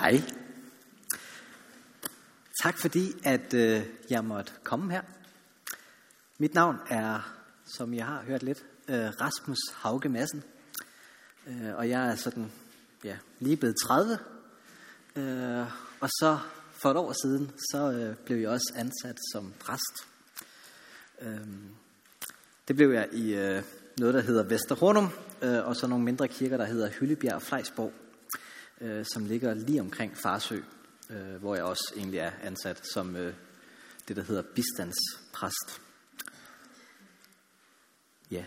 Hej. Tak fordi, at jeg måtte komme her. Mit navn er, som jeg har hørt lidt, Rasmus Hauge Madsen. Og jeg er sådan, lige blevet 30. Og så for et år siden, så blev jeg også ansat som præst. Det blev jeg i noget, der hedder Vester Hornum, og så nogle mindre kirker, der hedder Hyllebjerg og Flejsborg, som ligger lige omkring Farsø, hvor jeg også egentlig er ansat som det, der hedder bistandspræst. Ja.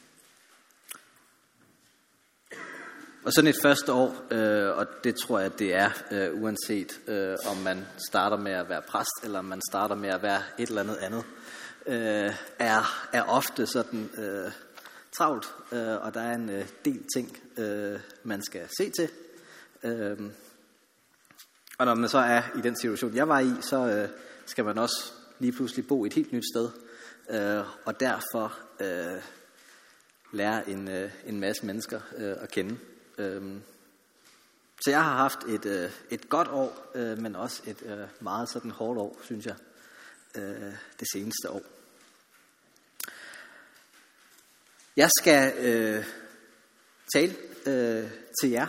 Og sådan et første år, og det tror jeg, det er, uanset om man starter med at være præst, eller om man starter med at være et eller andet, er ofte sådan travlt, og der er en del ting, man skal se til. Og når man så er i den situation, jeg var i, så skal man også lige pludselig bo et helt nyt sted, og derfor lære en masse mennesker at kende. Så jeg har haft et godt år, men også et meget sådan hårdt år, synes jeg, det seneste år. Jeg skal tale til jer,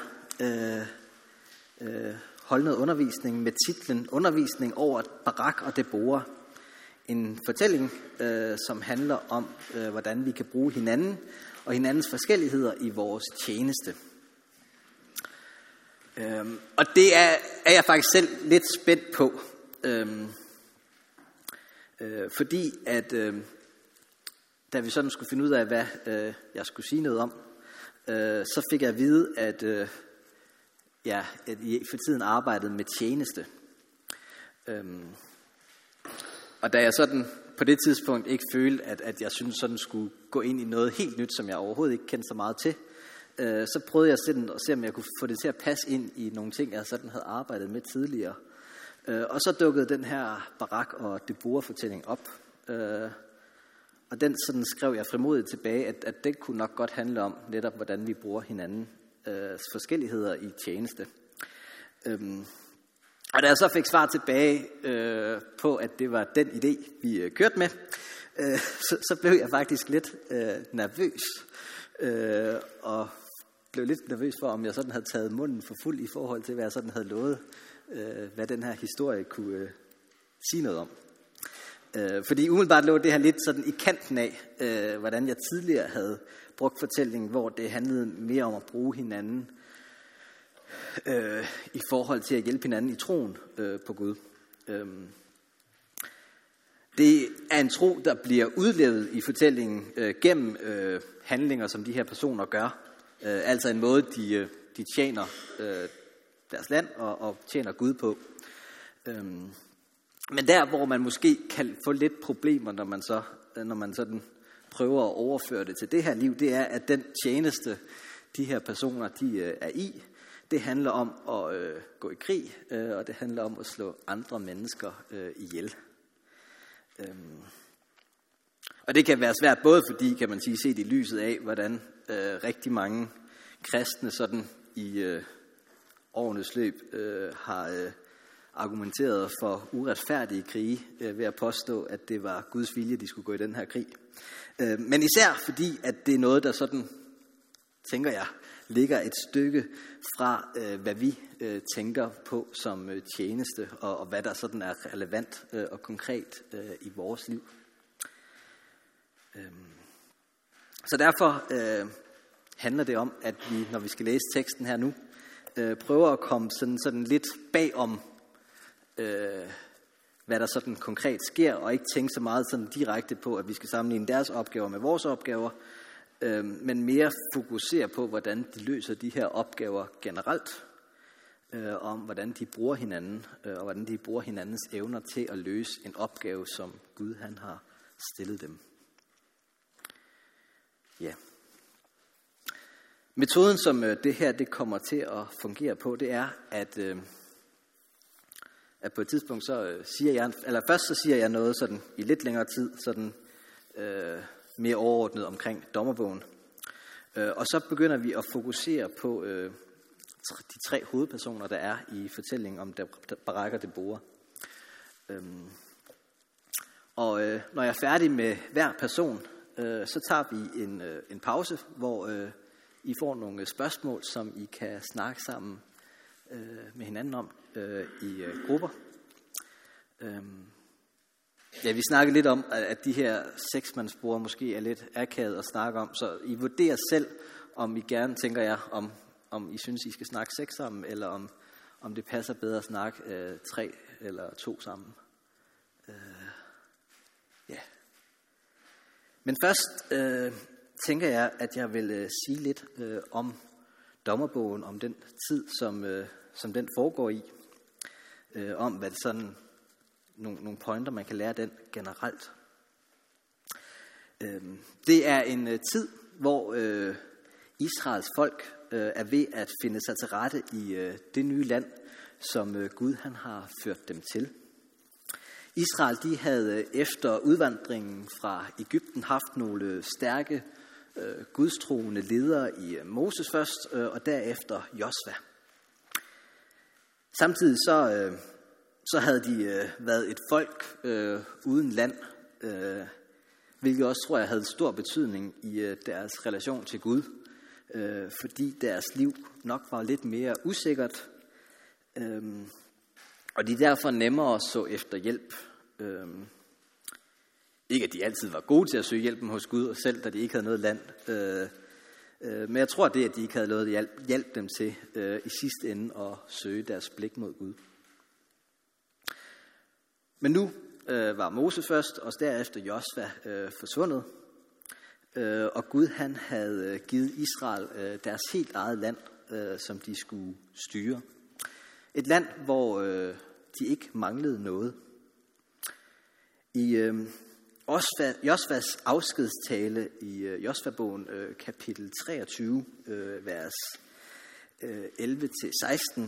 holde noget undervisning med titlen Undervisning over Barak og Deborah. En fortælling, som handler om, hvordan vi kan bruge hinanden og hinandens forskelligheder i vores tjeneste. Og det er jeg faktisk selv lidt spændt på, fordi at da vi sådan skulle finde ud af, hvad jeg skulle sige noget om, så fik jeg at vide, at I for tiden arbejdede med tjeneste. Og da jeg sådan på det tidspunkt ikke følte, at jeg synes sådan skulle gå ind i noget helt nyt, som jeg overhovedet ikke kendte så meget til, så prøvede jeg sådan at se, om jeg kunne få det til at passe ind i nogle ting, jeg sådan havde arbejdet med tidligere. Og så dukkede den her Barak og Deborah-fortælling op. Og den sådan skrev jeg frimodigt tilbage, at det kunne nok godt handle om netop, hvordan vi bruger hinandens forskelligheder i tjeneste. Og da jeg så fik svar tilbage på, at det var den idé, vi kørte med, så blev jeg faktisk lidt nervøs. Og blev lidt nervøs for, om jeg sådan havde taget munden for fuld i forhold til, hvad jeg sådan havde lovet, hvad den her historie kunne sige noget om. Fordi umiddelbart lå det her lidt sådan i kanten af, hvordan jeg tidligere havde brugt fortællingen, hvor det handlede mere om at bruge hinanden i forhold til at hjælpe hinanden i troen på Gud. Det er en tro, der bliver udlevet i fortællingen gennem handlinger, som de her personer gør. Altså en måde, de tjener deres land og tjener Gud på. Men der, hvor man måske kan få lidt problemer, når man sådan prøver at overføre det til det her liv, det er, at den tjeneste, de her personer, de er i, det handler om at gå i krig, og det handler om at slå andre mennesker ihjel. Og det kan være svært, både fordi, kan man sige, set i lyset af, hvordan rigtig mange kristne sådan i årenes løb har argumenteret for uretfærdige krige ved at påstå, at det var Guds vilje, de skulle gå i den her krig. Men især fordi, at det er noget, der sådan, tænker jeg, ligger et stykke fra, hvad vi tænker på som tjeneste, og hvad der sådan er relevant og konkret i vores liv. Så derfor handler det om, at vi, når vi skal læse teksten her nu, prøver at komme sådan lidt bagom, hvad der sådan konkret sker, og ikke tænke så meget sådan direkte på, at vi skal sammenligne deres opgaver med vores opgaver, men mere fokusere på, hvordan de løser de her opgaver generelt, om hvordan de bruger hinanden, og hvordan de bruger hinandens evner til at løse en opgave, som Gud han har stillet dem. Ja. Metoden, som det her det kommer til at fungere på, det er, at på et tidspunkt så siger jeg, eller først så siger jeg noget sådan i lidt længere tid, sådan mere overordnet omkring dommerbogen. Og så begynder vi at fokusere på de tre hovedpersoner, der er i fortællingen om Barak og Deborah. Når jeg er færdig med hver person, så tager vi en pause, hvor I får nogle spørgsmål, som I kan snakke sammen med hinanden om i grupper. Vi snakkede lidt om, at de her seksmandsbrugere måske er lidt akavet at snakke om, så I vurderer selv, om I gerne tænker jer, om I synes, I skal snakke 6 sammen, eller om det passer bedre at snakke 3 eller 2 sammen. Men først tænker jeg, at jeg vil sige lidt om dommerbogen, om den tid, som den foregår i, om hvad det sådan nogle pointer, man kan lære den generelt. Det er en tid, hvor Israels folk er ved at finde sig til rette i det nye land, som Gud han har ført dem til. Israel de havde efter udvandringen fra Egypten haft nogle stærke gudstroende ledere i Moses først, og derefter Josva. Samtidig så havde de været et folk uden land, hvilket også tror jeg havde stor betydning i deres relation til Gud, fordi deres liv nok var lidt mere usikkert, og de derfor nemmere så efter hjælp. Ikke at de altid var gode til at søge hjælpen hos Gud, og selv da de ikke havde noget land. Men jeg tror, det at de ikke havde noget hjælp dem til i sidste ende at søge deres blik mod Gud. Men nu var Mose først, og derefter Josva forsvundet. Og Gud han havde givet Israel deres helt eget land, som de skulle styre. Et land, hvor de ikke manglede noget. I Josvas afskedstale i Josva-bogen, kapitel 23, vers 11-16,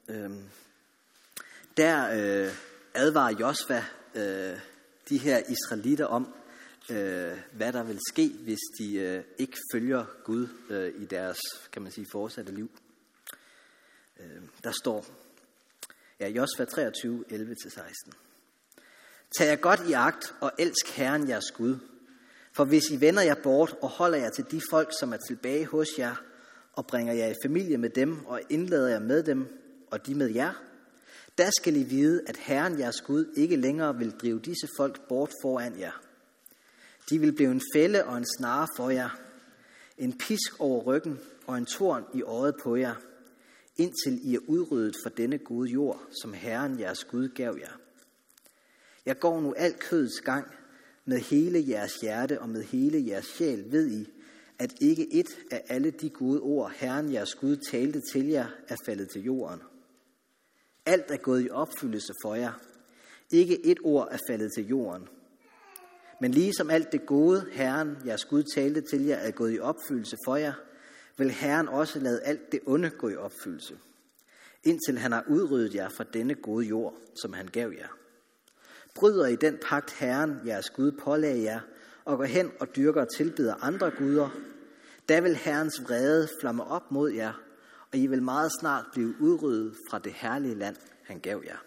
der advarer Josva de her israelitter om, hvad der vil ske, hvis de ikke følger Gud i deres, kan man sige, fortsatte liv. Der står, Josva 23, 11-16. Tag jer godt i agt og elsk Herren jeres Gud, for hvis I vender jer bort og holder jer til de folk, som er tilbage hos jer, og bringer jer i familie med dem og indlader jer med dem, og de med jer, der skal I vide, at Herren jeres Gud ikke længere vil drive disse folk bort foran jer. De vil blive en fælde og en snare for jer, en pisk over ryggen og en torn i øjet på jer, indtil I er udryddet fra denne gode jord, som Herren jeres Gud gav jer. Jeg går nu alt kødets gang, med hele jeres hjerte og med hele jeres sjæl ved I, at ikke et af alle de gode ord, Herren jeres Gud talte til jer, er faldet til jorden. Alt er gået i opfyldelse for jer. Ikke et ord er faldet til jorden. Men ligesom alt det gode, Herren jeres Gud talte til jer, er gået i opfyldelse for jer, vil Herren også lade alt det onde gå i opfyldelse, indtil han har udryddet jer fra denne gode jord, som han gav jer. Bryder I den pagt, Herren jeres Gud pålagde jer, og går hen og dyrker og tilbeder andre guder, da vil Herrens vrede flamme op mod jer, og I vil meget snart blive udryddet fra det herlige land, han gav jer.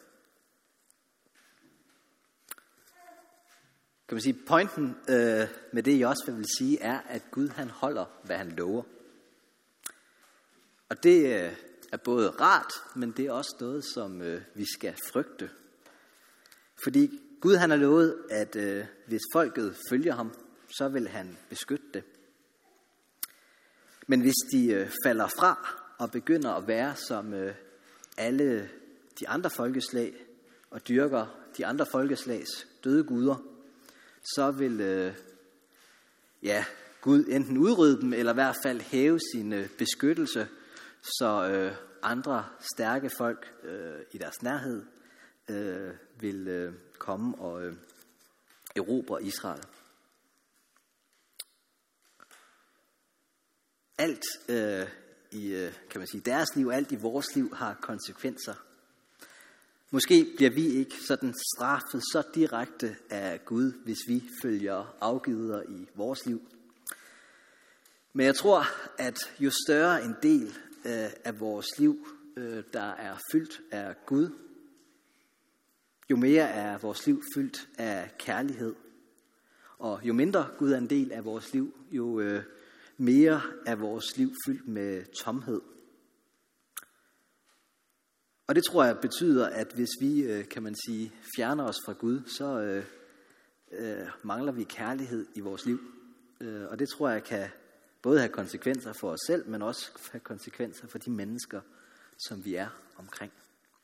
Kan man sige, pointen med det, jeg også vil sige, er, at Gud han holder, hvad han lover. Og det er både rart, men det er også noget, som vi skal frygte. Fordi Gud han har lovet, at hvis folket følger ham, så vil han beskytte det. Men hvis de falder fra og begynder at være som alle de andre folkeslag og dyrker de andre folkeslags døde guder, så vil Gud enten udrydde dem, eller i hvert fald hæve sin beskyttelse, så andre stærke folk i deres nærhed vil komme og erobre Israel. Alt i kan man sige, deres liv, alt i vores liv har konsekvenser. Måske bliver vi ikke sådan straffet så direkte af Gud, hvis vi følger afguder i vores liv. Men jeg tror, at jo større en del af vores liv, der er fyldt af Gud, jo mere er vores liv fyldt af kærlighed. Og jo mindre Gud er en del af vores liv, jo mere er vores liv fyldt med tomhed. Og det tror jeg betyder, at hvis vi, kan man sige, fjerner os fra Gud, så mangler vi kærlighed i vores liv. Og det tror jeg kan både have konsekvenser for os selv, men også have konsekvenser for de mennesker, som vi er omkring.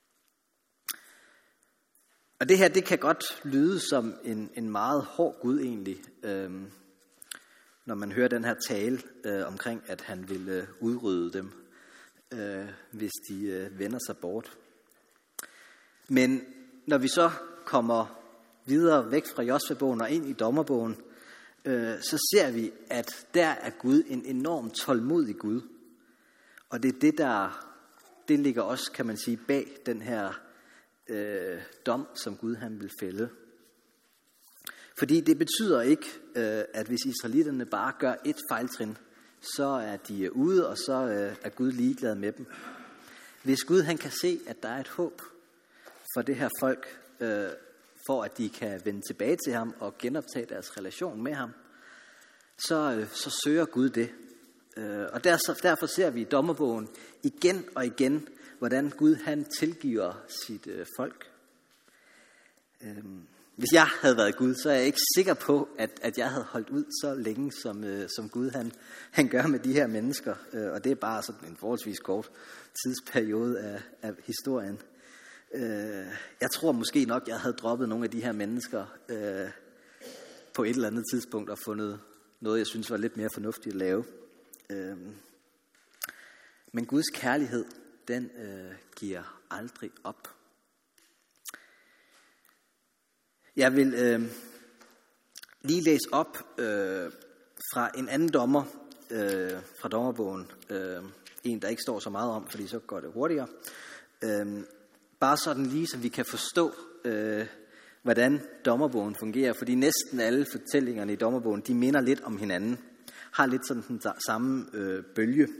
Og det her, det kan godt lyde som en meget hård Gud egentlig, når man hører den her tale omkring, at han vil udrydde dem, hvis de vender sig bort. Men når vi så kommer videre væk fra Josva-bogen og ind i dommerbogen, så ser vi, at der er Gud en enorm tålmodig Gud. Og det er det ligger også, kan man sige, bag den her dom, som Gud han vil fælde. Fordi det betyder ikke, at hvis israelitterne bare gør et fejltrin, så er de ude, og så er Gud ligeglad med dem. Hvis Gud han kan se, at der er et håb for det her folk, for at de kan vende tilbage til ham og genoptage deres relation med ham, så søger Gud det. Og derfor ser vi i dommerbogen igen og igen, hvordan Gud han tilgiver sit folk. Hvis jeg havde været Gud, så er jeg ikke sikker på, at jeg havde holdt ud så længe, som Gud han gør med de her mennesker. Og det er bare sådan en forholdsvis kort tidsperiode af historien. Jeg tror måske nok, jeg havde droppet nogle af de her mennesker på et eller andet tidspunkt og fundet noget, jeg synes var lidt mere fornuftigt at lave. Men Guds kærlighed, den giver aldrig op. Jeg vil lige læse op fra en anden dommer fra dommerbogen. En, der ikke står så meget om, fordi så går det hurtigere. Bare sådan lige, så vi kan forstå, hvordan dommerbogen fungerer. Fordi næsten alle fortællingerne i dommerbogen, de minder lidt om hinanden. Har lidt sådan den samme bølge.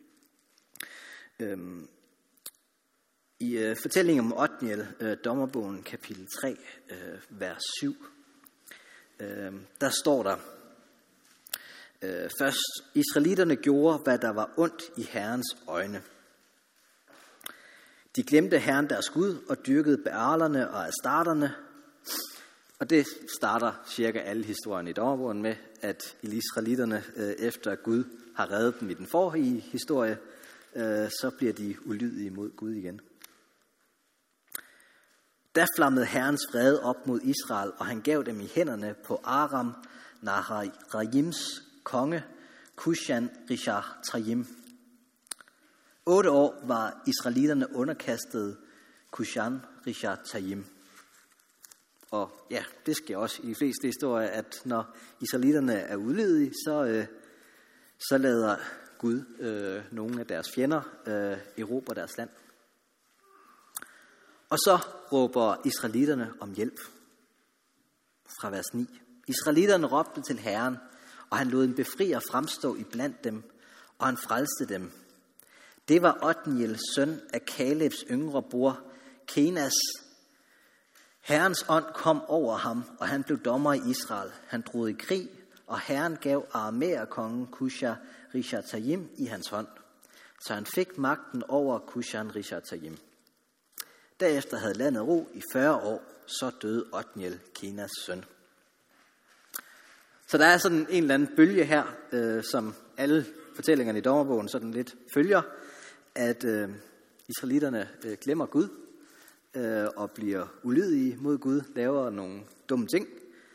I fortællingen om Otniel, dommerbogen kapitel 3, vers 7, der står der først, israelitterne gjorde, hvad der var ondt i Herrens øjne. De glemte Herren deres Gud og dyrkede Baalerne og Astarterne. Og det starter cirka alle historierne i dommerbogen med, at israelitterne, efter Gud har reddet dem i den forrige historie, så bliver de ulydige mod Gud igen. Da flammede Herrens vrede op mod Israel, og han gav dem i hænderne på Aram Naharajims konge, Kushan Rishathaim. 8 år var israelitterne underkastet Kushan Rishathaim. Og ja, det sker også i de fleste historier, at når israelitterne er ulydige, så lader Gud nogle af deres fjender erobre deres land. Og så råber israelitterne om hjælp. Fra vers 9. Israelitterne råbte til Herren, og han lod en befrier fremstå iblandt dem, og han frelste dem. Det var Otniels søn af Kalebs yngre bror, Kenas. Herrens ånd kom over ham, og han blev dommer i Israel. Han drog i krig, og Herren gav aramæerkongen Kushan Rishathaim i hans hånd. Så han fik magten over Kushan Rishathaim. Derefter havde landet ro i 40 år, så døde Otniel, Kenas søn. Så der er sådan en eller anden bølge her, som alle fortællingerne i dommerbogen sådan lidt følger, at israelitterne glemmer Gud og bliver ulydige mod Gud, laver nogle dumme ting.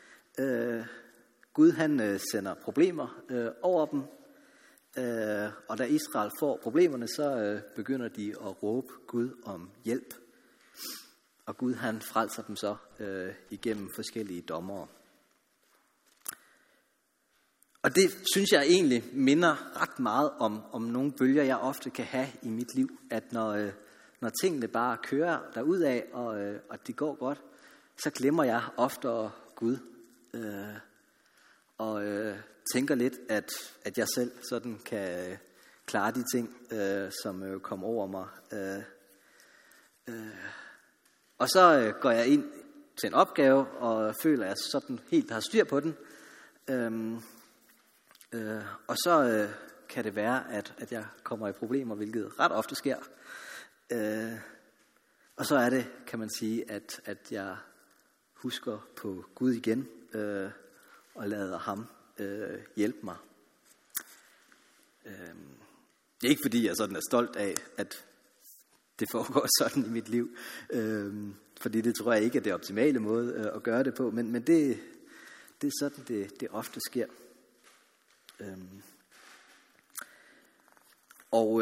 Gud han sender problemer over dem, og da Israel får problemerne, så begynder de at råbe Gud om hjælp. Og Gud han frelser dem så igennem forskellige dommere. Og det synes jeg egentlig minder ret meget om nogle bølger, jeg ofte kan have i mit liv. At når tingene bare kører derudad, og det går godt, så glemmer jeg oftere Gud. Og tænker lidt, at jeg selv sådan klare de ting, som kom over mig. Og så går jeg ind til en opgave, og føler, at jeg sådan helt har styr på den. Og så kan det være, at jeg kommer i problemer, hvilket ret ofte sker. Og så er det, kan man sige, at jeg husker på Gud igen, og lader ham hjælpe mig. Det er ikke fordi, jeg sådan er stolt af, at det foregår sådan i mit liv. Fordi det tror jeg ikke er det optimale måde at gøre det på. Men det er sådan, det ofte sker. Og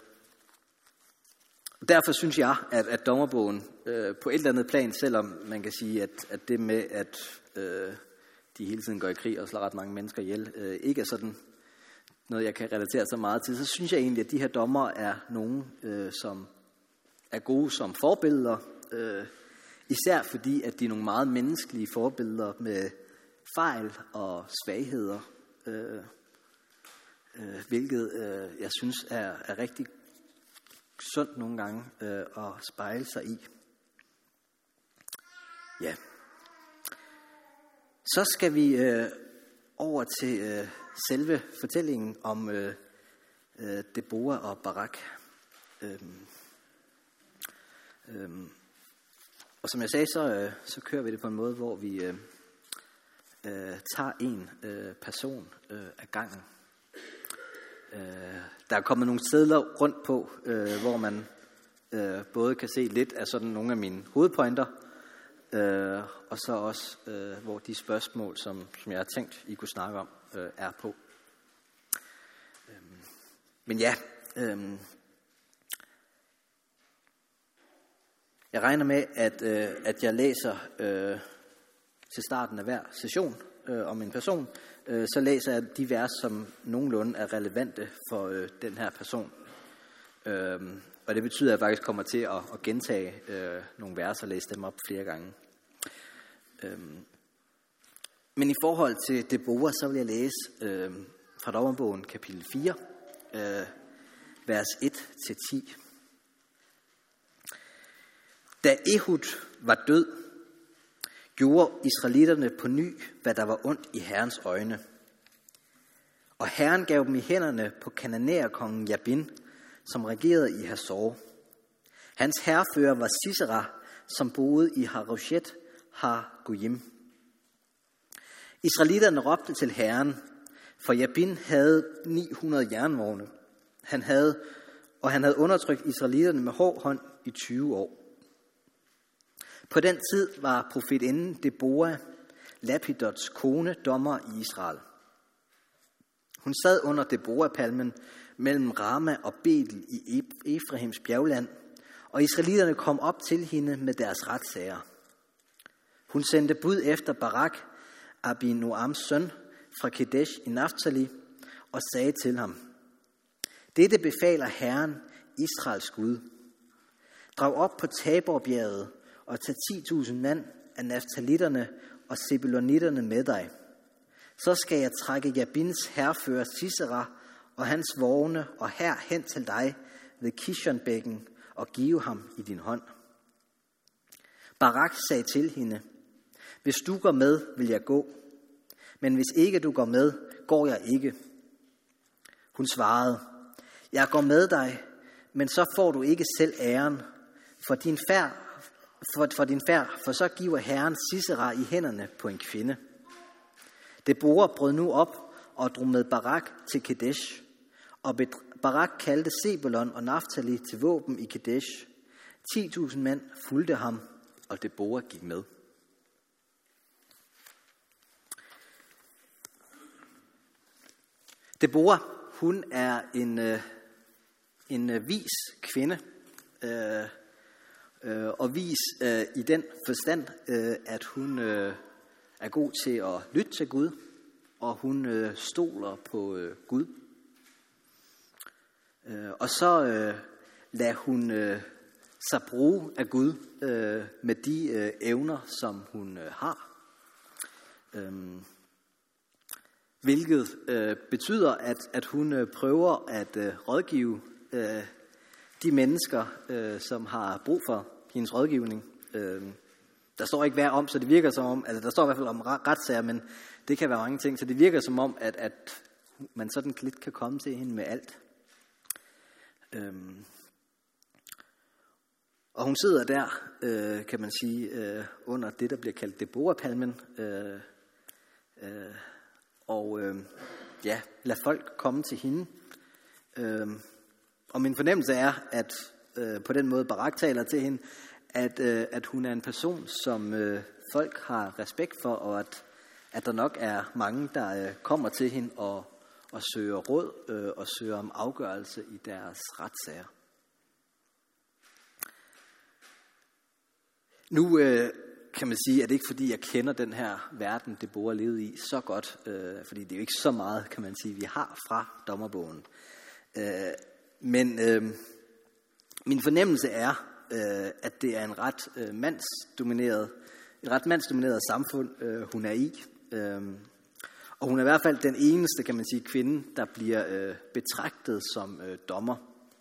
derfor synes jeg, at dommerbogen på et eller andet plan, selvom man kan sige, at det med, at de hele tiden går i krig og slår ret mange mennesker ihjel, ikke er sådan noget, jeg kan relatere så meget til, så synes jeg egentlig, at de her dommer er nogen, som er gode som forbilleder, især fordi, at de er nogle meget menneskelige forbilleder med fejl og svagheder, hvilket jeg synes er rigtig sundt nogle gange at spejle sig i. Ja. Så skal vi over til selve fortællingen om Deborah og Barak. Og som jeg sagde, så kører vi det på en måde, hvor vi tager en person af gangen. Der er kommet nogle sedler rundt på, hvor man både kan se lidt af sådan nogle af mine hovedpointer, og så også, hvor de spørgsmål, som jeg har tænkt, I kunne snakke om, er på. Men ja, jeg regner med, at jeg læser til starten af hver session om en person, så læser jeg de vers, som nogenlunde er relevante for den her person. Og det betyder, at jeg faktisk kommer til at gentage nogle vers og læse dem op flere gange. Men i forhold til Deborah, så vil jeg læse fra Dommerbogen kapitel 4, vers 1-10. Da Ehud var død, gjorde israelitterne på ny, hvad der var ondt i Herrens øjne. Og Herren gav dem i hænderne på kananæerkongen Jabin, som regerede i Hazor. Hans hærfører var Sisera, som boede i Haroshet Har-Goyim. Israelitterne råbte til Herren, for Jabin havde 900 jernvogne. Han havde undertrykt israelitterne med hård hånd i 20 år. På den tid var profetinden Deborah, Lapidots kone, dommer i Israel. Hun sad under Deborah-palmen mellem Rama og Betel i Efraims bjergland, og israelitterne kom op til hende med deres retssager. Hun sendte bud efter Barak, Abinoams søn, fra Kedesh i Naftali, og sagde til ham: Dette befaler Herren, Israels Gud. Drag op på Taborbjerget og tag 10.000 mand af naftalitterne og sebulonitterne med dig. Så skal jeg trække Jabins hærfører Sisera og hans vogne og hær hen til dig ved Kishonbækken og give ham i din hånd. Barak sagde til hende: Hvis du går med, vil jeg gå, men hvis ikke du går med, går jeg ikke. Hun svarede: Jeg går med dig, men så får du ikke selv æren for din færd, for så giver Herren Sisera i hænderne på en kvinde. Deborah brød nu op og drog med Barak til Kedesh, og Barak kaldte Sebulon og Naftali til våben i Kedesh. 10.000 mænd fulgte ham, og Deborah gik med. Deborah, hun er en vis kvinde, og vis i den forstand, at hun er god til at lytte til Gud, og hun stoler på Gud. Og så lader hun sig bruge af Gud med de evner, som hun har. hvilket betyder, at hun prøver at rådgive de mennesker, som har brug for hendes rådgivning. Der står ikke hvad om, så det virker som om, altså der står i hvert fald om retssager, men det kan være mange ting, så det virker som om, at man sådan lidt kan komme til hende med alt. Og hun sidder der, kan man sige, under det, der bliver kaldt Deborah-palmen, lad folk komme til hende. Og min fornemmelse er, at på den måde Barak taler til hende, at hun er en person, som folk har respekt for, og at der nok er mange, der kommer til hende og søger råd og søger om afgørelse i deres retssager. Nu kan man sige, at det ikke fordi, jeg kender den her verden, Deborah levede i så godt, fordi det er jo ikke så meget, kan man sige, vi har fra dommerbogen. Men min fornemmelse er, at det er en ret mandsdomineret samfund, hun er i. Og hun er i hvert fald den eneste, kan man sige, kvinde, der bliver betragtet som dommer.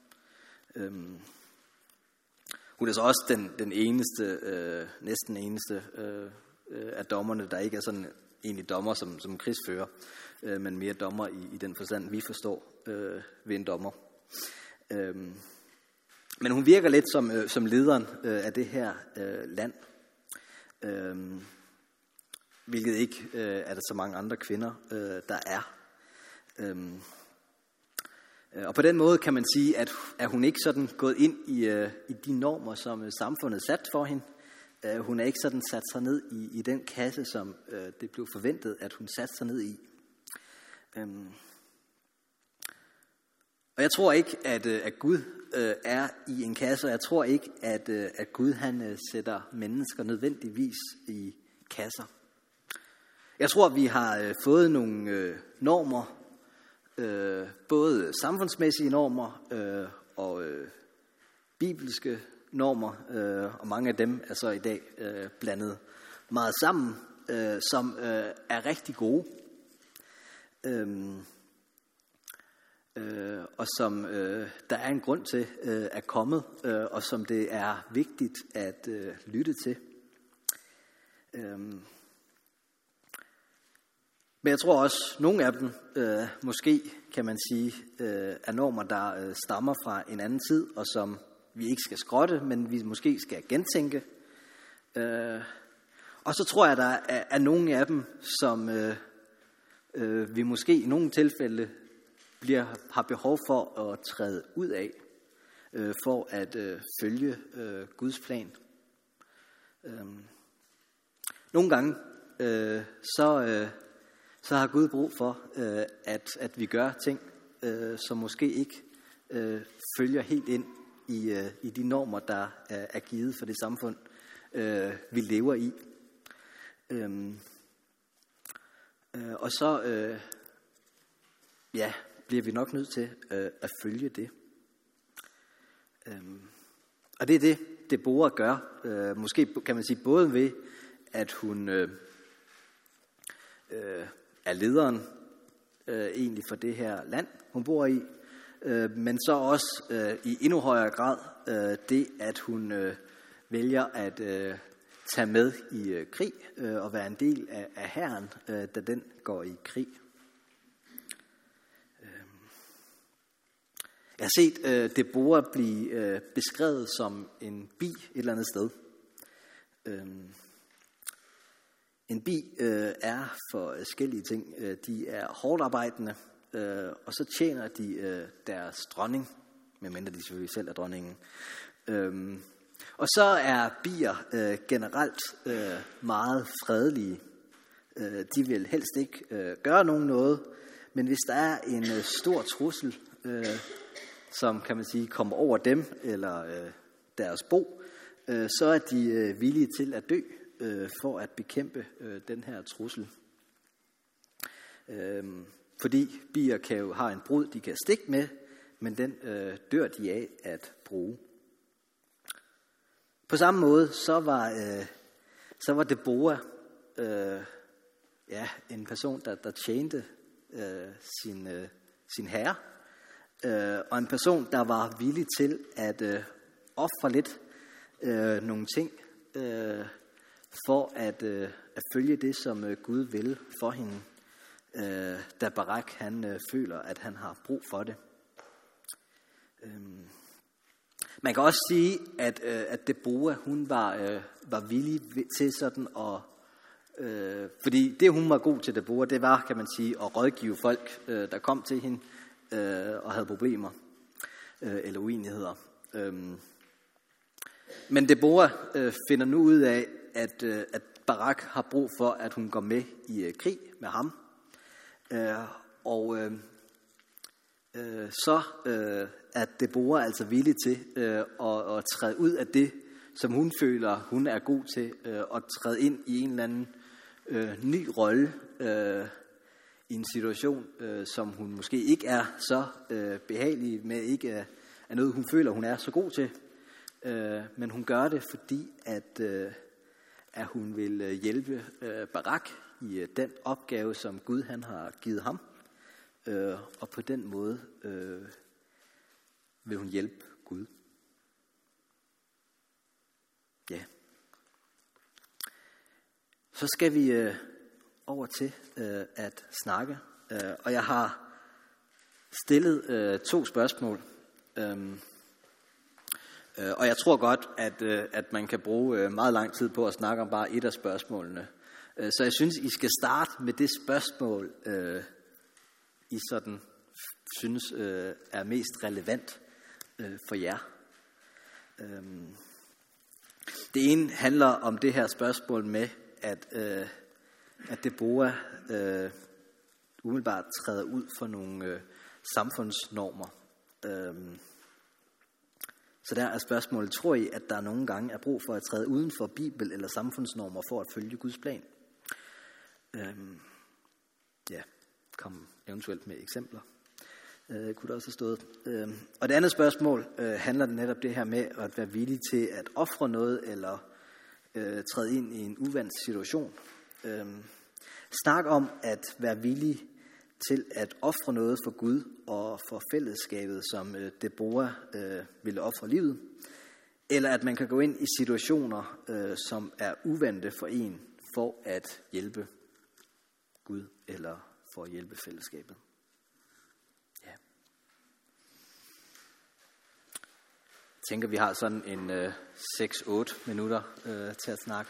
Hun er så også den eneste, næsten eneste af dommerne, der ikke er sådan egentlig dommer som krigsfører, men mere dommer i den forstand, vi forstår ved en dommer. Men hun virker lidt som lederen af det her land, hvilket ikke er der så mange andre kvinder, der er. Og på den måde kan man sige, at hun ikke sådan gået ind i de normer, som samfundet sat for hende. Hun er ikke sådan sat sig ned i den kasse, som det blev forventet, at hun satte sig ned i. Og jeg tror ikke, at Gud er i en kasse, og jeg tror ikke, at Gud han sætter mennesker nødvendigvis i kasser. Jeg tror, vi har fået nogle normer, både samfundsmæssige normer og bibelske normer, og mange af dem er så i dag blandet meget sammen, som er rigtig gode. Og som der er en grund til er kommet, og som det er vigtigt at lytte til. Men jeg tror også, nogle af dem, måske kan man sige, er normer, der stammer fra en anden tid, og som vi ikke skal skrotte, men vi måske skal gentænke. Og så tror jeg, der er nogle af dem, som vi måske i nogle tilfælde har behov for at træde ud af, for at følge Guds plan. Nogle gange, så har Gud brug for, at vi gør ting, som måske ikke følger helt ind i de normer, der er givet for det samfund, vi lever i. Og så bliver vi nok nødt til at følge det. Og det er det, Deborah gør. Måske kan man sige både ved, at hun er lederen egentlig for det her land, hun bor i, men så også i endnu højere grad det, at hun vælger at tage med i krig og være en del af hæren, da den går i krig. Jeg har set Deborah blive beskrevet som en bi et eller andet sted. En bi er for forskellige ting. De er hårdt arbejdende, og så tjener de deres dronning, medmindre de selvfølgelig selv er dronningen. Og så er bier generelt meget fredelige. De vil helst ikke gøre nogen noget, men hvis der er en stor trussel, som kan man sige kommer over dem eller deres bo, så er de villige til at dø for at bekæmpe den her trussel. Fordi bier har en brud, de kan stikke med, men den dør de af at bruge. På samme måde så var Deborah en person, der tjente sin herre, og en person, der var villig til at ofre lidt nogle ting for at følge det, som Gud vil for hende, da Barak han føler, at han har brug for det. Man kan også sige, at Deborah, hun var villig til sådan at, fordi det hun var god til, Deborah, det var, kan man sige, at rådgive folk, der kom til hende og havde problemer eller uenigheder. Men Deborah finder nu ud af, at Barak har brug for, at hun går med i krig med ham. Så er Deborah altså villig til at træde ud af det, som hun føler, hun er god til, og træde ind i en eller anden ny rolle i en situation, som hun måske ikke er så behagelig med, ikke er noget, hun føler, hun er så god til. Men hun gør det, fordi at hun vil hjælpe Barak i den opgave, som Gud han har givet ham. Og på den måde vil hun hjælpe Gud. Ja. Så skal vi over til at snakke. Og jeg har stillet 2 spørgsmål. Og jeg tror godt, at man kan bruge meget lang tid på at snakke om bare et af spørgsmålene. Så jeg synes, I skal starte med det spørgsmål, I sådan synes er mest relevant for jer. Det ene handler om det her spørgsmål med, at Deborah umiddelbart træder ud for nogle samfundsnormer. Så der er spørgsmålet, tror I, at der nogle gange er brug for at træde uden for Bibel eller samfundsnormer for at følge Guds plan? Kom eventuelt med eksempler. Kunne der også have stået. Og det andet spørgsmål handler netop det her med at være villig til at ofre noget eller træde ind i en uvant situation. Snak om at være villig til at ofre noget for Gud og for fællesskabet, som Deborah ville ofre livet. Eller at man kan gå ind i situationer, som er uvante for en, for at hjælpe Gud eller for at hjælpe fællesskabet. Ja. Jeg tænker, vi har sådan en 6-8 minutter til at snakke.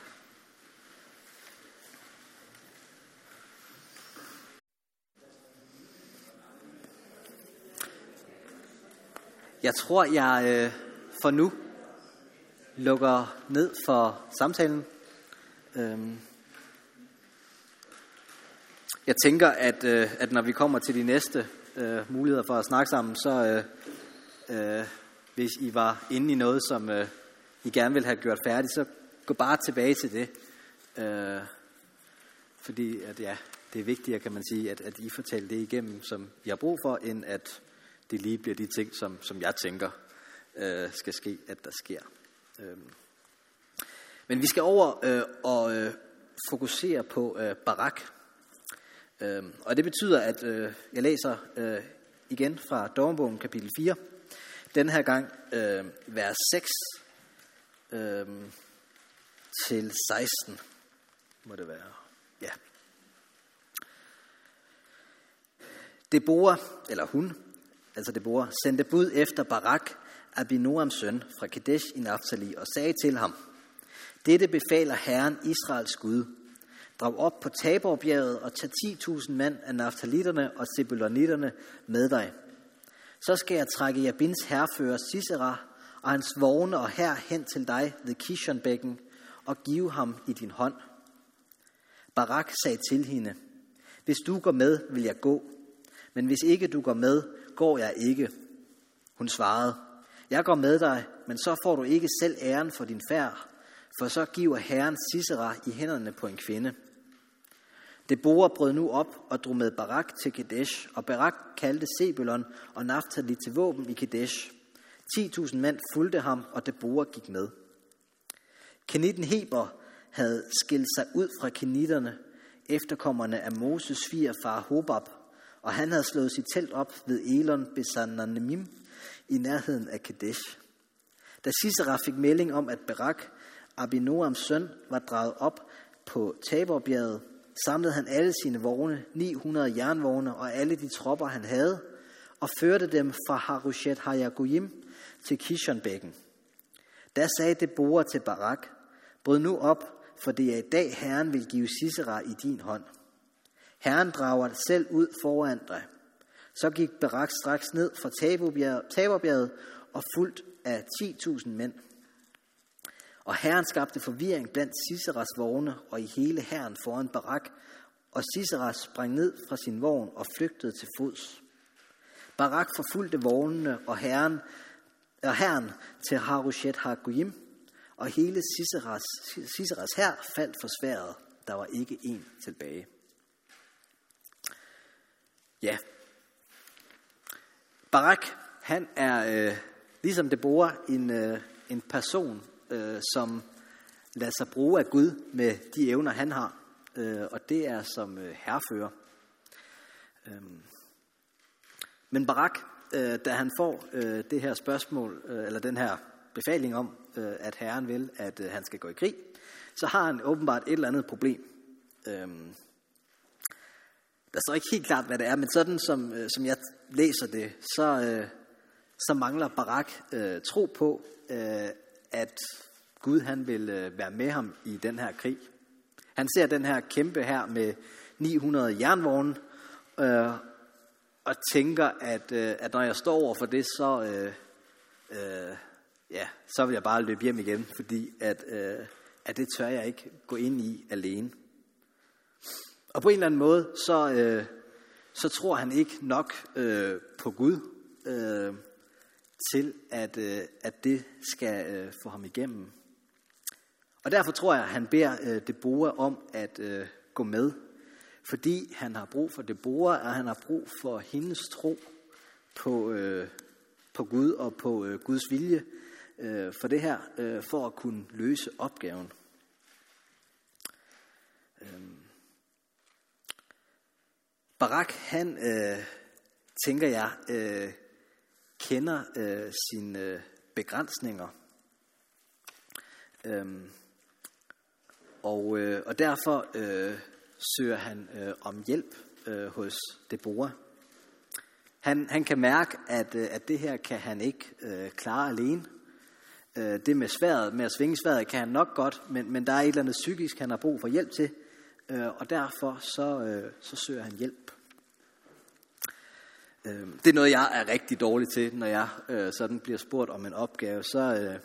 Jeg tror, jeg for nu lukker ned for samtalen. Jeg tænker, at når vi kommer til de næste muligheder for at snakke sammen, så hvis I var inde i noget, som I gerne vil have gjort færdigt, så gå bare tilbage til det. Fordi at, det er vigtigere, kan man sige, at I fortæller det igennem, som I har brug for, end at det lige bliver de ting, som jeg tænker skal ske, at der sker. Men vi skal over og fokusere på Barak. Og det betyder, at jeg læser igen fra Dommebogen kapitel 4. Den her gang vers 6 til 16 må det være. Ja. Deborah, eller hun, altså Deborah, sendte bud efter Barak, Abinoams søn, fra Kadesh i Naftali, og sagde til ham: Dette befaler Herren, Israels Gud. Drag op på Taborbjerget og tag 10.000 mand af naftalitterne og zebulonitterne med dig. Så skal jeg trække Jabins hærfører Sisera og hans vogne og hær hen til dig ved Kishonbækken og give ham i din hånd. Barak sagde til hende: Hvis du går med, vil jeg gå, men hvis ikke du går med, går jeg ikke. Hun svarede: Jeg går med dig, men så får du ikke selv æren for din færd, for så giver Herren Sisera i hænderne på en kvinde. Deborah brød nu op og drog med Barak til Kadesh, og Barak kaldte Zebulon og Naftali til våben i Kadesh. 10.000 mand fulgte ham, og Deborah gik med. Kenitten Heber havde skilt sig ud fra kenitterne, efterkommerne af Moses svigerfar Hobab, og han havde slået sit telt op ved Elon Besananemim i nærheden af Kadesh. Da Sisera fik melding om, at Barak, Abinoams søn, var draget op på Taborbjerget, samlede han alle sine vogne, 900 jernvogne og alle de tropper, han havde, og førte dem fra Harushet Hayagoyim til Kishonbækken. Da sagde Deborah til Barak: bryd nu op, for det er i dag, Herren vil give Sisera i din hånd. Herren drager selv ud foran dig. Så gik Barak straks ned fra Taborbjerget og fulgt af 10.000 mænd. Og Herren skabte forvirring blandt Siseras vogne og i hele hæren foran Barak, og Sisera sprang ned fra sin vogn og flygtede til fods. Barak forfulgte vognene og hæren til Harushet Hagoyim, og hele Siseras hær faldt for sværdet. Der var ikke en tilbage. Ja. Barak, han er ligesom Deborah en person, som lader sig bruge af Gud med de evner, han har. Og det er som hærfører. Men Barak, da han får det her spørgsmål, eller den her befaling om, at Herren vil, at han skal gå i krig, så har han åbenbart et eller andet problem. Der står ikke helt klart, hvad det er, men sådan som jeg læser det, så mangler Barak tro på, at Gud han vil være med ham i den her krig. Han ser den her kæmpe her med 900 jernvogne, og tænker, at når jeg står over for det, så vil jeg bare løbe hjem igen, fordi at det tør jeg ikke gå ind i alene. Og på en eller anden måde, så tror han ikke nok på Gud, til at det skal få ham igennem. Og derfor tror jeg, at han beder Deborah om at gå med, fordi han har brug for Deborah, og han har brug for hendes tro på Gud og på Guds vilje for det her, for at kunne løse opgaven. Barak, han, tænker jeg, kender sine begrænsninger. Og derfor søger han om hjælp hos Deborah. Han kan mærke, at det her kan han ikke klare alene. Det med sværdet, med at svinge sværdet, kan han nok godt, men der er et eller andet psykisk, han har brug for hjælp til. Og derfor så søger han hjælp. Det er noget, jeg er rigtig dårlig til, når jeg sådan bliver spurgt om en opgave. Så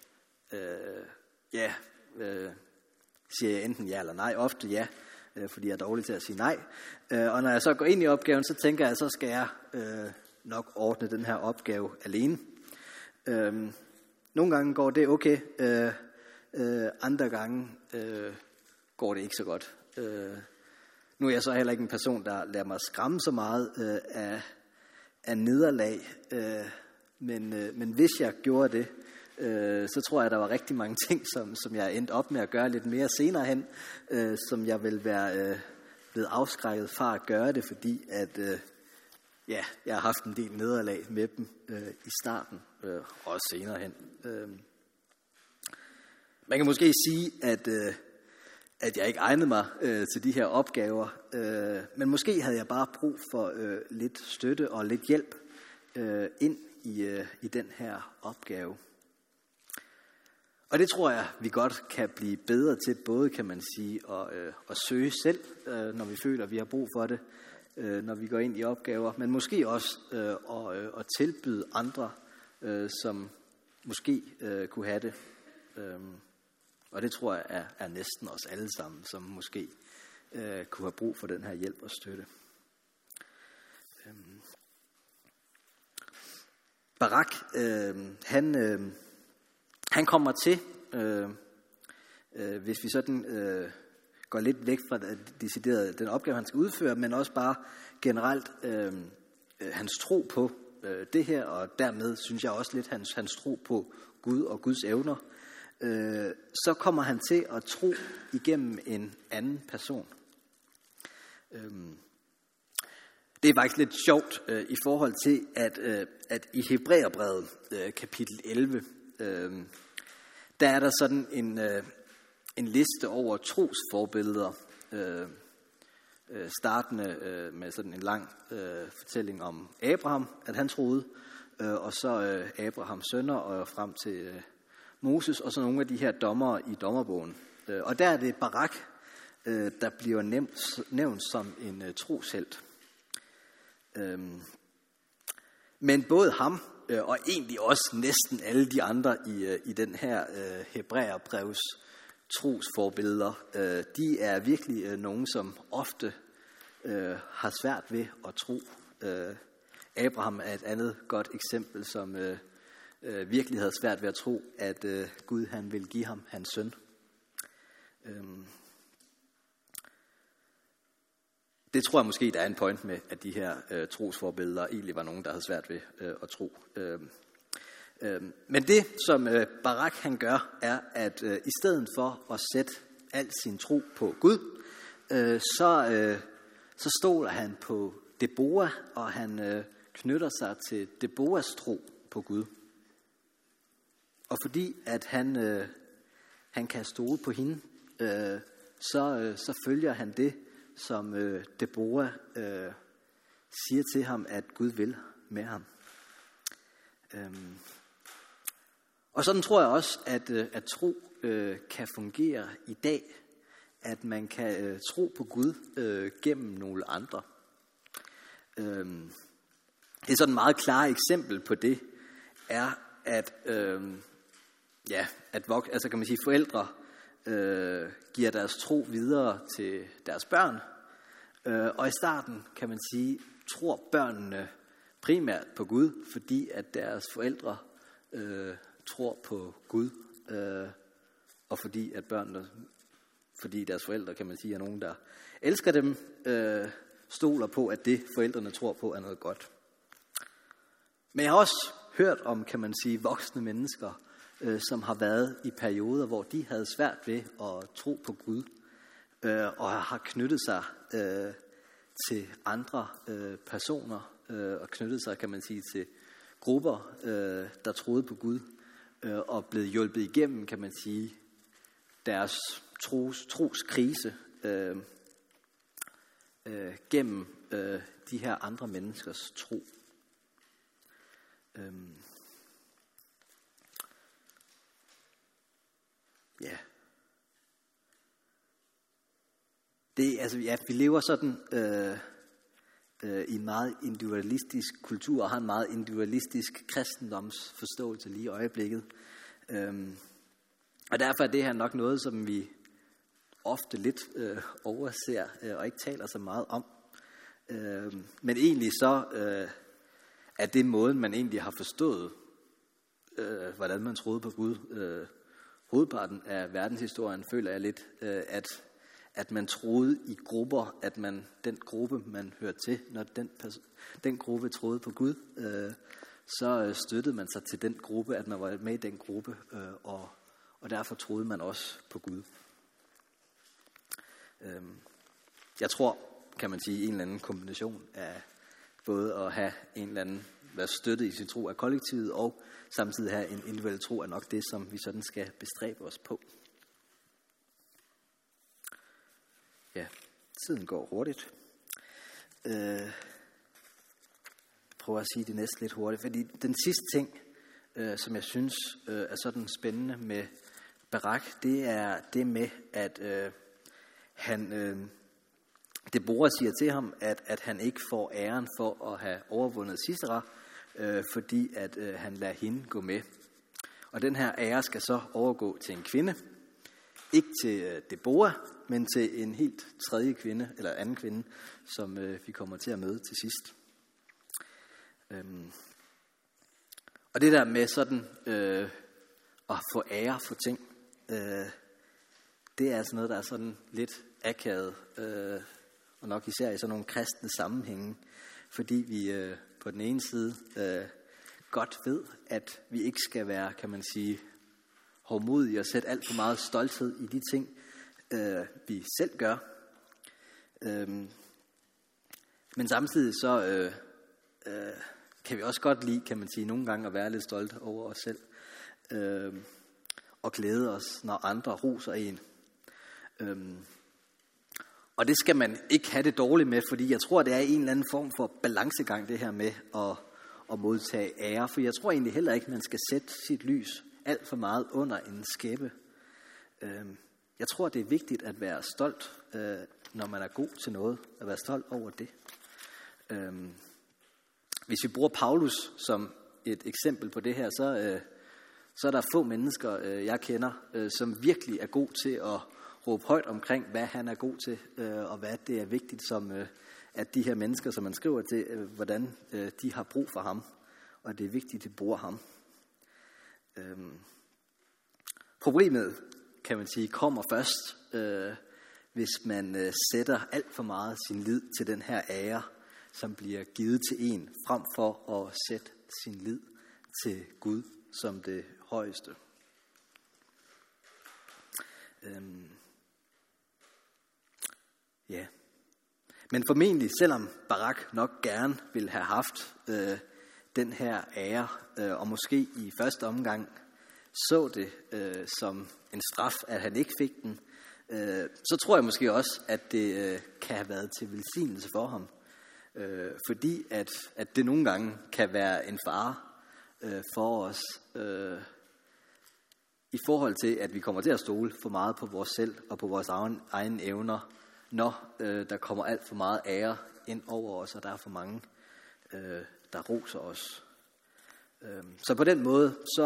siger jeg enten ja eller nej. Ofte ja, fordi jeg er dårlig til at sige nej. Og når jeg så går ind i opgaven, så tænker jeg, at så skal jeg nok ordne den her opgave alene. Nogle gange går det okay. Andre gange går det ikke så godt. Nu er jeg så heller ikke en person, der lader mig skræmme så meget af nederlag. Men hvis jeg gjorde det, så tror jeg, der var rigtig mange ting, som jeg endte op med at gøre lidt mere senere hen, som jeg vil være blevet afskrækket fra at gøre det, fordi at jeg har haft en del nederlag med dem i starten, og senere hen. Man kan måske sige, at jeg ikke egnede mig til de her opgaver, men måske havde jeg bare brug for lidt støtte og lidt hjælp ind i den her opgave. Og det tror jeg, vi godt kan blive bedre til, både kan man sige, at søge selv, når vi føler, at vi har brug for det, når vi går ind i opgaver, men måske også at tilbyde andre, som måske kunne have det. Og det tror jeg er næsten os alle sammen, som måske kunne have brug for den her hjælp og støtte. Barak, han kommer til, hvis vi sådan går lidt væk fra den opgave, han skal udføre, men også bare generelt hans tro på det her, og dermed synes jeg også lidt hans tro på Gud og Guds evner, så kommer han til at tro igennem en anden person. Det er faktisk lidt sjovt i forhold til, at i Hebræerbrevet kapitel 11, der er der sådan en liste over trosforbilleder, startende med sådan en lang fortælling om Abraham, at han troede, og så Abrahams sønner og frem til Moses, og så nogle af de her dommere i dommerbogen. Og der er det Barak, der bliver nævnt som en troshelt. Men både ham og egentlig også næsten alle de andre i den her Hebræerbrevs trosforbilleder, de er virkelig nogen, som ofte har svært ved at tro. Abraham er et andet godt eksempel, som virkelig havde svært ved at tro, at Gud han ville give ham hans søn. Det tror jeg måske, der er en point med, at de her trosforbilleder egentlig var nogen, der havde svært ved at tro. Men det, som Barak han gør, er, at i stedet for at sætte al sin tro på Gud, så stoler han på Debora, og han knytter sig til Deboras tro på Gud. Og fordi at han kan stole på hende, så følger han det, som Debora siger til ham, at Gud vil med ham. Og sådan tror jeg også, at tro kan fungere i dag, at man kan tro på Gud gennem nogle andre. Det er sådan et meget klart eksempel på det, er, at altså kan man sige, forældre giver deres tro videre til deres børn. Og i starten, kan man sige, tror børnene primært på Gud, fordi at deres forældre tror på Gud, og fordi at børnene, fordi deres forældre, kan man sige, er nogen, der elsker dem, stoler på, at det forældrene tror på er noget godt. Men jeg har også hørt om, kan man sige, voksne mennesker, som har været i perioder, hvor de havde svært ved at tro på Gud, og har knyttet sig til andre personer, og knyttet sig, kan man sige, til grupper, der troede på Gud, og blevet hjulpet igennem, kan man sige, deres troskrise gennem de her andre menneskers tro. Ja. Det, altså, ja, vi lever sådan i en meget individualistisk kultur, og har en meget individualistisk kristendomsforståelse lige i øjeblikket. Og derfor er det her nok noget, som vi ofte lidt overser og ikke taler så meget om. Men egentlig så er det måden, man egentlig har forstået, hvordan man troede på Gud. Hovedparten af verdenshistorien føler jeg lidt, at man troede i grupper, at den gruppe, man hørte til, når den gruppe troede på Gud, så støttede man sig til den gruppe, at man var med i den gruppe, og derfor troede man også på Gud. Jeg tror, kan man sige, en eller anden kombination af både at have en eller anden, være støttet i sin tro af kollektivet, og samtidig have en individuel tro er nok det, som vi sådan skal bestræbe os på. Ja, tiden går hurtigt. Prøv at sige det næste lidt hurtigt, fordi den sidste ting, som jeg synes er sådan spændende med Barak, det er det med, at Debora siger til ham, at han ikke får æren for at have overvundet Sisera, fordi at han lader hende gå med. Og den her ære skal så overgå til en kvinde. Ikke til Debora, men til en helt tredje kvinde, eller anden kvinde, som vi kommer til at møde til sidst. Og det der med sådan at få ære for ting, det er altså noget, der er sådan lidt akavet, og nok især i sådan nogle kristne sammenhænge, fordi vi på den ene side godt ved, at vi ikke skal være, kan man sige, hovmodige og sætte alt for meget stolthed i de ting, vi selv gør. Men samtidig så kan vi også godt lide, kan man sige, nogle gange at være lidt stolte over os selv. Og glæde os, når andre roser en. Og det skal man ikke have det dårligt med, fordi jeg tror, det er en eller anden form for balancegang, det her med at modtage ære. For jeg tror egentlig heller ikke, man skal sætte sit lys alt for meget under en skæppe. Jeg tror, det er vigtigt at være stolt, når man er god til noget, at være stolt over det. Hvis vi bruger Paulus som et eksempel på det her, så er der få mennesker, jeg kender, som virkelig er god til at råbe højt omkring, hvad han er god til, og hvad det er vigtigt, som at de her mennesker, som man skriver til, hvordan de har brug for ham, og det er vigtigt, at de bruger ham. Problemet, kan man sige, kommer først, hvis man sætter alt for meget sin lid til den her ære, som bliver givet til en, frem for at sætte sin lid til Gud som det højeste. Ja. Men formentlig, selvom Barak nok gerne ville have haft den her ære, og måske i første omgang så det som en straf, at han ikke fik den, så tror jeg måske også, at det kan have været til velsignelse for ham. Fordi at det nogle gange kan være en fare for os, i forhold til, at vi kommer til at stole for meget på vores selv og på vores egne evner, når der kommer alt for meget ære ind over os, og der er for mange, der roser os. Så på den måde, så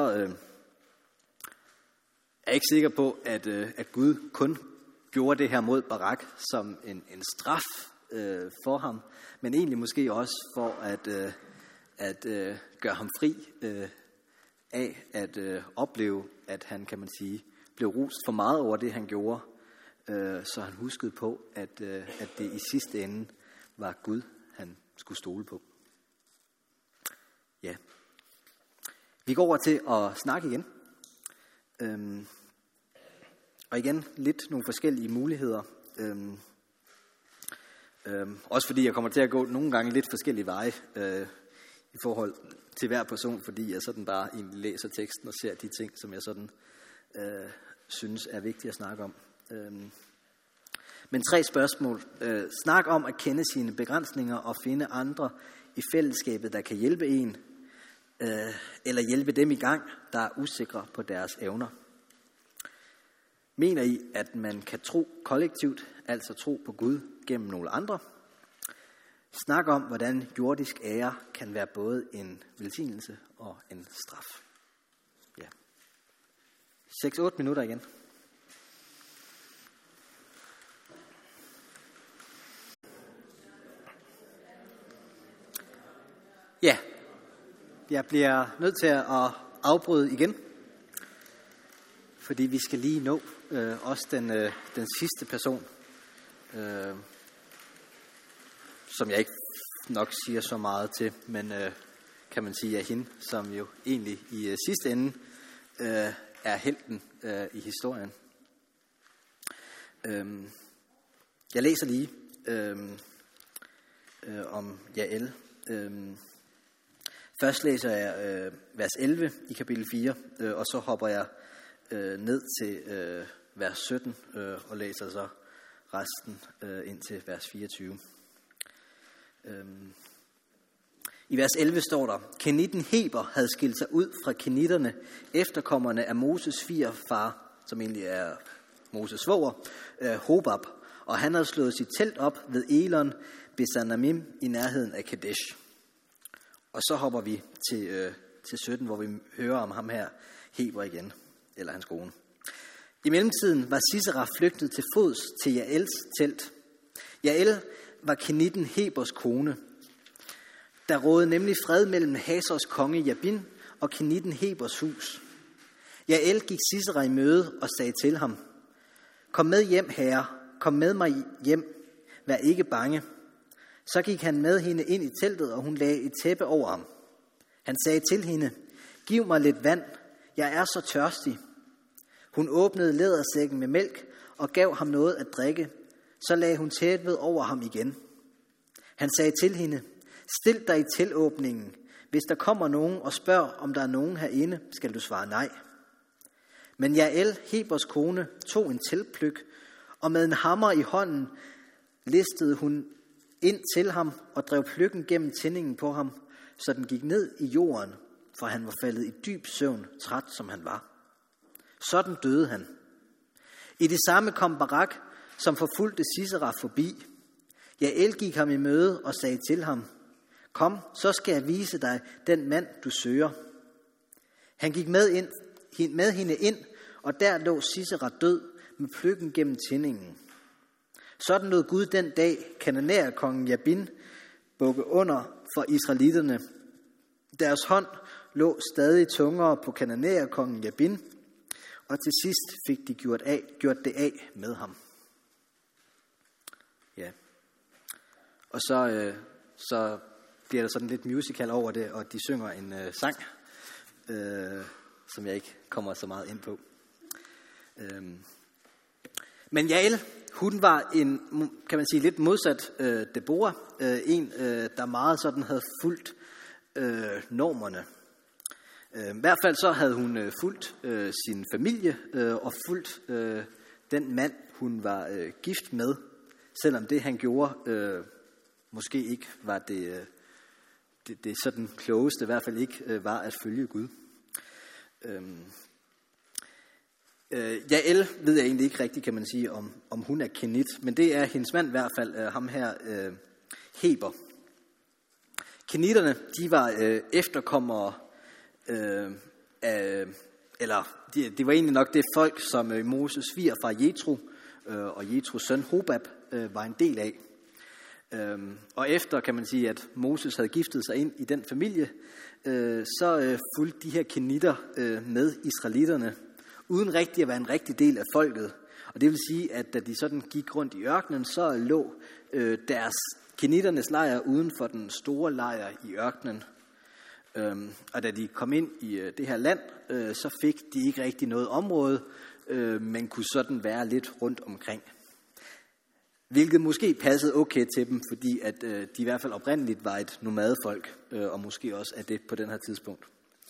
er jeg ikke sikker på, at Gud kun gjorde det her mod Barak som en straf for ham, men egentlig måske også for at gøre ham fri af at opleve, at han, kan man sige, blev rost for meget over det, han gjorde, så han huskede på, at det i sidste ende var Gud, han skulle stole på. Ja. Vi går over til at snakke igen. Og igen, lidt nogle forskellige muligheder. Også fordi jeg kommer til at gå nogle gange lidt forskellige veje i forhold til hver person, fordi jeg sådan bare egentlig læser teksten og ser de ting, som jeg sådan synes er vigtige at snakke om. Men 3 spørgsmål. Snak om at kende sine begrænsninger og finde andre i fællesskabet, der kan hjælpe en, eller hjælpe dem i gang, der er usikre på deres evner. Mener I, at man kan tro kollektivt, altså tro på Gud gennem nogle andre? Snak om, hvordan jordisk ære kan være både en velsignelse og en straf. Ja. 6-8 minutter igen. Ja, jeg bliver nødt til at afbryde igen, fordi vi skal lige nå også den sidste person, som jeg ikke nok siger så meget til, men kan man sige er hende, som jo egentlig i sidste ende er helten i historien. Jeg læser lige om Jael. Først læser jeg vers 11 i kapitel 4, og så hopper jeg ned til vers 17 og læser så resten ind til vers 24. I vers 11 står der: Kenitten Heber havde skilt sig ud fra kenitterne, efterkommerne af Moses svigerfar, som egentlig er Moses svoger, Hobab, og han havde slået sit telt op ved Elon Besanamim i nærheden af Kadesh. Og så hopper vi til 17, hvor vi hører om ham her, Heber igen, eller hans kone. I mellemtiden var Sisera flygtet til fods til Jaels telt. Jael var kenitten Hebers kone. Der rådede nemlig fred mellem Hazors konge Jabin og kenitten Hebers hus. Jael gik Sisera i møde og sagde til ham: Kom med hjem, herre, kom med mig hjem, vær ikke bange. Så gik han med hende ind i teltet, og hun lagde et tæppe over ham. Han sagde til hende: Giv mig lidt vand, jeg er så tørstig. Hun åbnede lædersækken med mælk og gav ham noget at drikke. Så lagde hun tæppet over ham igen. Han sagde til hende, stil dig i tilåbningen. Hvis der kommer nogen og spørger, om der er nogen herinde, skal du svare nej. Men Jael, Hebers kone, tog en tilpløk, og med en hammer i hånden listede hun ind til ham og drev pløkken gennem tændingen på ham, så den gik ned i jorden, for han var faldet i dyb søvn, træt som han var. Sådan døde han. I det samme kom Barak, som forfulgte Sisera, forbi. Jael gik ham i møde og sagde til ham, kom, så skal jeg vise dig den mand, du søger. Han gik med hende ind, og der lå Sisera død med pløkken gennem tændingen. Sådan lod Gud den dag kananæerkongen Jabin bukke under for israelitterne. Deres hånd lå stadig tungere på kananæerkongen Jabin, og til sidst fik de gjort det af med ham. Ja. Og så bliver der sådan lidt musical over det, og de synger en sang, som jeg ikke kommer så meget ind på. Men Jael, hun var en, kan man sige, lidt modsat Deborah, en, der meget sådan havde fulgt normerne. I hvert fald så havde hun fulgt sin familie og fulgt den mand, hun var gift med, selvom det han gjorde måske ikke var det sådan klogeste, i hvert fald ikke var at følge Gud. Jael ved jeg egentlig ikke rigtigt, kan man sige, om hun er kenit, men det er hendes mand i hvert fald, ham her Heber. Kenitterne, de var efterkommere eller det var egentlig nok det folk, som Moses svigerfar Jetro og Jetros søn Hobab var en del af. Og efter, kan man sige, at Moses havde giftet sig ind i den familie, så fulgte de her kenitter med israelitterne, uden rigtig at være en rigtig del af folket. Og det vil sige, at da de sådan gik rundt i ørkenen, så lå deres kenitternes lejr uden for den store lejr i ørkenen. Og da de kom ind i det her land, så fik de ikke rigtig noget område, men kunne sådan være lidt rundt omkring. Hvilket måske passede okay til dem, fordi at de i hvert fald oprindeligt var et nomadefolk, og måske også er det på den her tidspunkt.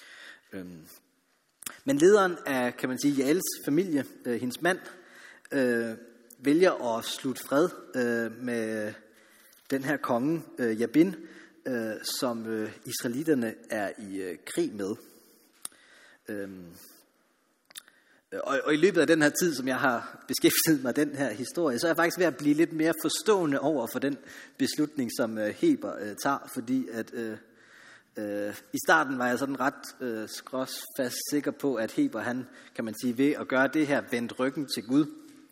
Men lederen af, kan man sige, Jaels familie, hendes mand, vælger at slutte fred med den her konge, Jabin, som israelitterne er i krig med. Og i løbet af den her tid, som jeg har beskæftiget mig med den her historie, så er jeg faktisk ved at blive lidt mere forstående over for den beslutning, som Heber tager, fordi at i starten var jeg sådan ret skråsfast sikker på, at Heber, han, kan man sige, ved at gøre det her, vendte ryggen til Gud.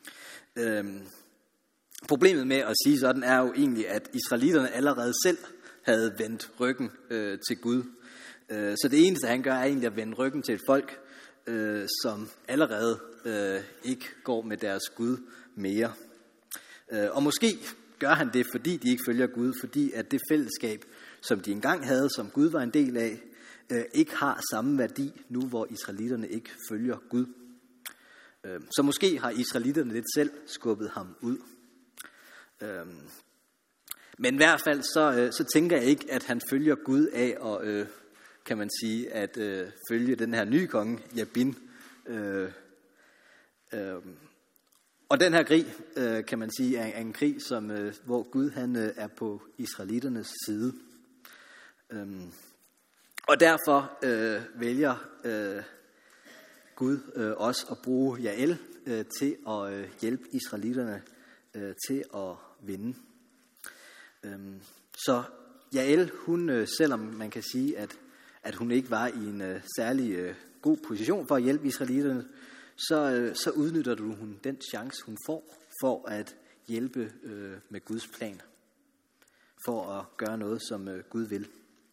Problemet med at sige sådan er jo egentlig, at israelitterne allerede selv havde vendt ryggen til Gud. Så det eneste, han gør, er egentlig at vende ryggen til et folk, som allerede ikke går med deres Gud mere. Og måske gør han det, fordi de ikke følger Gud, fordi at det fællesskab, som de engang havde, som Gud var en del af, ikke har samme værdi nu, hvor israelitterne ikke følger Gud. Så måske har israelitterne lidt selv skubbet ham ud. Men i hvert fald så tænker jeg ikke, at han følger Gud af og kan man sige, at følge den her nye konge, Jabin. Og den her krig, kan man sige, er en krig, hvor Gud han er på israelitternes side. Og derfor vælger Gud også at bruge Jael til at hjælpe israelitterne til at vinde. Så Jael, hun, selvom man kan sige, at hun ikke var i en særlig god position for at hjælpe israelitterne, så udnytter hun den chance, hun får for at hjælpe med Guds plan. For at gøre noget, som Gud vil.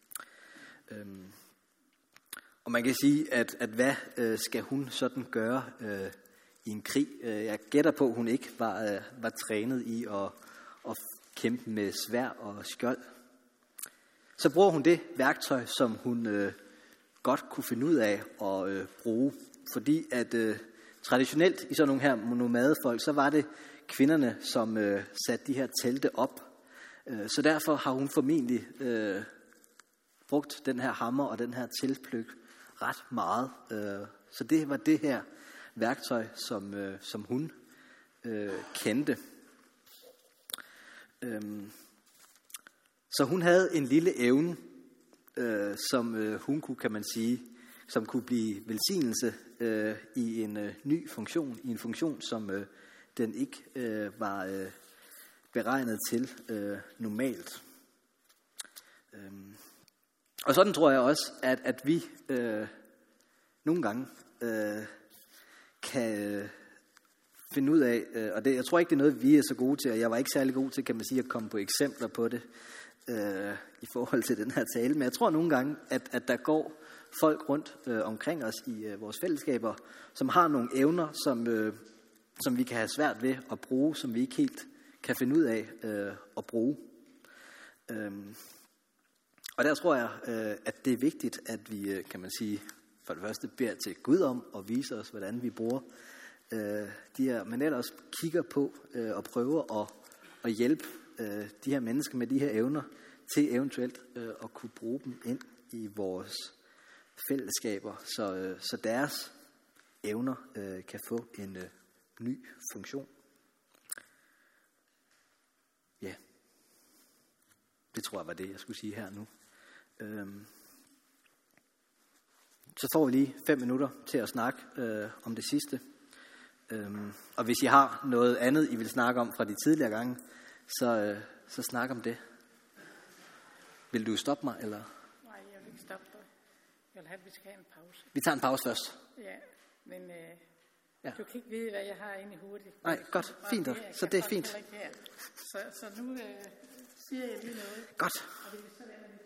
Og man kan sige, at hvad skal hun sådan gøre i en krig? Jeg gætter på, at hun ikke var trænet i at kæmpe med sværd og skjold. Så bruger hun det værktøj, som hun godt kunne finde ud af at bruge. Fordi at traditionelt i sådan nogle her nomadefolk, så var det kvinderne, som satte de her telte op. Så derfor har hun formentlig brugt den her hammer og den her tilpløk ret meget. Så det var det her værktøj, som hun kendte. Så hun havde en lille evne, som hun kunne, kan man sige, som kunne blive velsignelse i en ny funktion, i en funktion, som den ikke var beregnet til normalt. Og sådan tror jeg også, at vi nogle gange kan finde ud af, og jeg tror ikke, det er noget, vi er så gode til, og jeg var ikke særlig god til, kan man sige, at komme på eksempler på det i forhold til den her tale, men jeg tror nogle gange, at der går folk rundt omkring os i vores fællesskaber, som har nogle evner, som vi kan have svært ved at bruge, som vi ikke helt kan finde ud af at bruge. Og der tror jeg, at det er vigtigt, at vi, kan man sige, for det første beder til Gud om at vise os, hvordan vi bruger de her, men ellers kigger på og prøver at hjælpe de her mennesker med de her evner til eventuelt at kunne bruge dem ind i vores fællesskaber, så deres evner kan få en ny funktion. Ja, det tror jeg var det, jeg skulle sige her nu. Så får vi lige 5 minutter til at snakke om det sidste. Og hvis I har noget andet, I vil snakke om fra de tidligere gange, så snak om det. Vil du stoppe mig, eller? Nej, jeg vil ikke stoppe dig. Jeg vil have, at vi skal have en pause. Vi tager en pause først. Ja, men Ja. du kan ikke vide, hvad jeg har inde i hovedet. Nej, godt. Fint. Så det er fint. Så nu siger jeg lige noget. Godt. Og det er så